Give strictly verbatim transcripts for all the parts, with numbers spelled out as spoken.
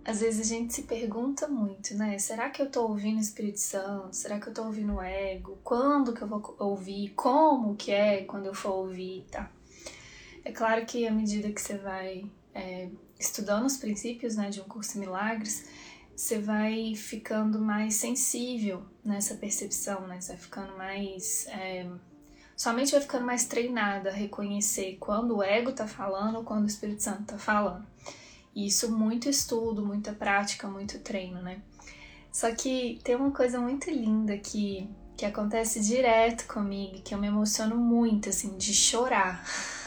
às vezes a gente se pergunta muito, né? Será que eu tô ouvindo o Espírito Santo? Será que eu tô ouvindo o ego? Quando que eu vou ouvir? Como que é quando eu for ouvir? Tá? É claro que à medida que você vai é, estudando os princípios, né, de um curso em milagres, você vai ficando mais sensível nessa percepção, né? Você vai ficando mais... É, sua mente vai ficando mais treinada a reconhecer quando o ego tá falando ou quando o Espírito Santo tá falando. E isso muito estudo, muita prática, muito treino, né? Só que tem uma coisa muito linda que, que acontece direto comigo, que eu me emociono muito, assim, de chorar.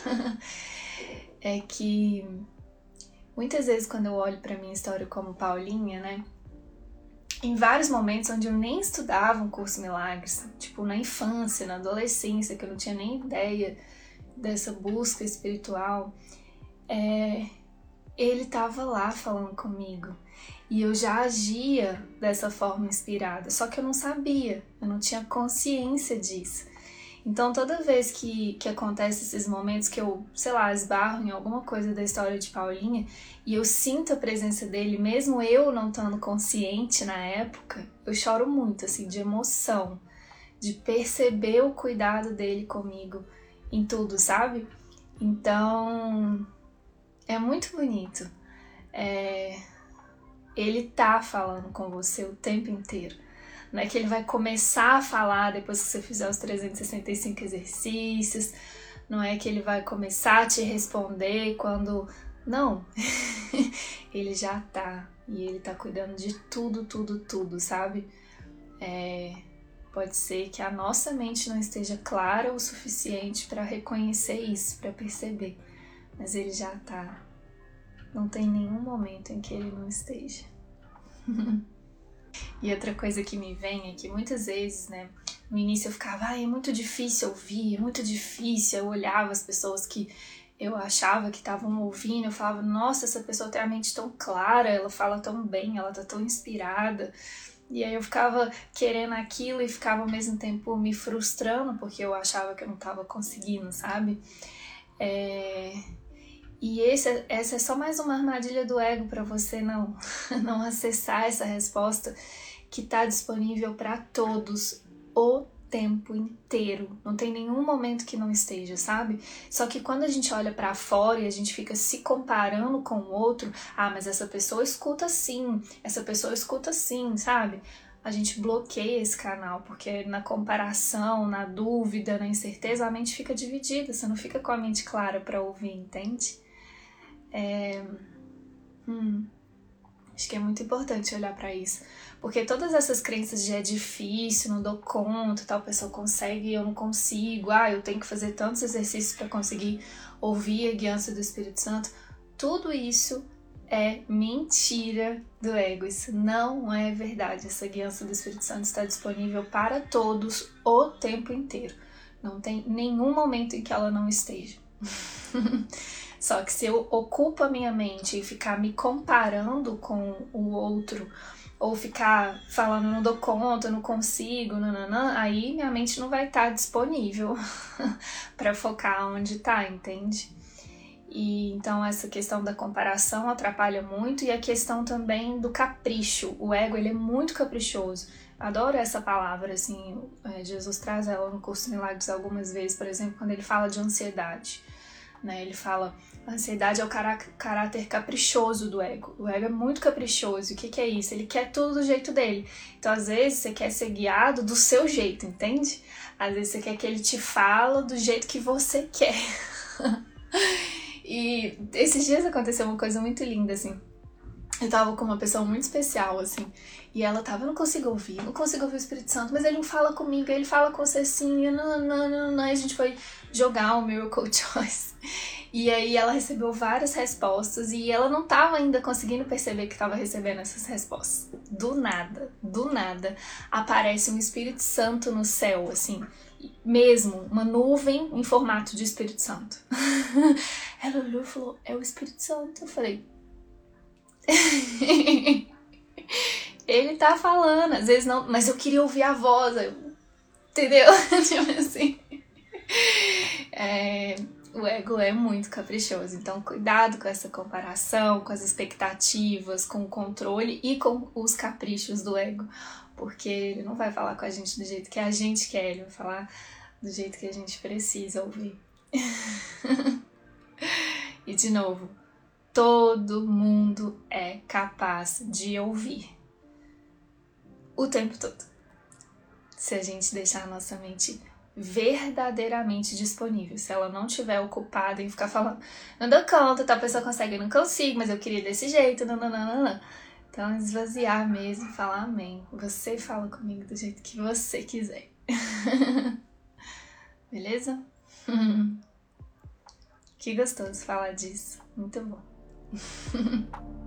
É que muitas vezes quando eu olho pra minha história como Paulinha, né? Em vários momentos onde eu nem estudava um curso Milagres, tipo na infância, na adolescência, que eu não tinha nem ideia dessa busca espiritual, é... ele estava lá falando comigo e eu já agia dessa forma inspirada, só que eu não sabia, eu não tinha consciência disso. Então toda vez que, que acontece esses momentos que eu, sei lá, esbarro em alguma coisa da história de Paulinha e eu sinto a presença dele, mesmo eu não estando consciente na época, eu choro muito, assim, de emoção, de perceber o cuidado dele comigo em tudo, sabe? Então... é muito bonito. É... ele tá falando com você o tempo inteiro. Não é que ele vai começar a falar depois que você fizer os trezentos e sessenta e cinco exercícios. Não é que ele vai começar a te responder quando... não. Ele já tá. E ele tá cuidando de tudo, tudo, tudo, sabe? É... pode ser que a nossa mente não esteja clara o suficiente para reconhecer isso, para perceber. Mas ele já tá. Não tem nenhum momento em que ele não esteja. E outra coisa que me vem é que muitas vezes, né, no início eu ficava, ah, é muito difícil ouvir, é muito difícil. Eu olhava as pessoas que eu achava que estavam ouvindo, eu falava, nossa, essa pessoa tem a mente tão clara, ela fala tão bem, ela tá tão inspirada. E aí eu ficava querendo aquilo e ficava ao mesmo tempo me frustrando, porque eu achava que eu não tava conseguindo, sabe? É... E esse, essa é só mais uma armadilha do ego para você não, não acessar essa resposta que está disponível para todos o tempo inteiro. Não tem nenhum momento que não esteja, sabe? Só que quando a gente olha para fora e a gente fica se comparando com o outro, ah, mas essa pessoa escuta assim, essa pessoa escuta assim, sabe? A gente bloqueia esse canal, porque na comparação, na dúvida, na incerteza, a mente fica dividida, você não fica com a mente clara para ouvir, entende? É... Hum, acho que é muito importante olhar para isso, porque todas essas crenças de é difícil, não dou conta, tal pessoa consegue e eu não consigo, ah, eu tenho que fazer tantos exercícios para conseguir ouvir a guiança do Espírito Santo, tudo isso é mentira do ego, isso não é verdade. Essa guiança do Espírito Santo está disponível para todos o tempo inteiro, não tem nenhum momento em que ela não esteja. Só que se eu ocupo a minha mente e ficar me comparando com o outro, ou ficar falando não dou conta, não consigo, nananã, aí minha mente não vai estar disponível para focar onde tá, entende? E então essa questão da comparação atrapalha muito, e a questão também do capricho. O ego, ele é muito caprichoso. Adoro essa palavra, assim, Jesus traz ela no curso de Milagres algumas vezes, por exemplo, quando ele fala de ansiedade. Né, ele fala, a ansiedade é o cará- caráter caprichoso do ego. O ego é muito caprichoso. O que, que é isso? Ele quer tudo do jeito dele. Então, às vezes, você quer ser guiado do seu jeito, entende? Às vezes, você quer que ele te fale do jeito que você quer. E esses dias aconteceu uma coisa muito linda, assim. Eu tava com uma pessoa muito especial, assim, e ela tava, eu não consigo ouvir, não consigo ouvir o Espírito Santo, mas ele não fala comigo, ele fala com você assim, não, não, não, não. E a gente foi jogar o Miracle Choice. E aí ela recebeu várias respostas e ela não tava ainda conseguindo perceber que tava recebendo essas respostas. Do nada, do nada, aparece um Espírito Santo no céu, assim, mesmo, uma nuvem em formato de Espírito Santo. Ela olhou e falou, é o Espírito Santo. Eu falei... ele tá falando, às vezes não, mas eu queria ouvir a voz, eu, entendeu? Tipo assim. É, O ego é muito caprichoso, então cuidado com essa comparação, com as expectativas, com o controle e com os caprichos do ego, porque ele não vai falar com a gente do jeito que a gente quer, ele vai falar do jeito que a gente precisa ouvir. E de novo, todo mundo é capaz de ouvir o tempo todo, se a gente deixar a nossa mente verdadeiramente disponível. Se ela não estiver ocupada em ficar falando, não dou conta, tal pessoa consegue, eu não consigo, mas eu queria desse jeito, não, não, não, não, não. Então esvaziar mesmo, falar amém. Você fala comigo do jeito que você quiser. Beleza? Que gostoso falar disso. Muito bom.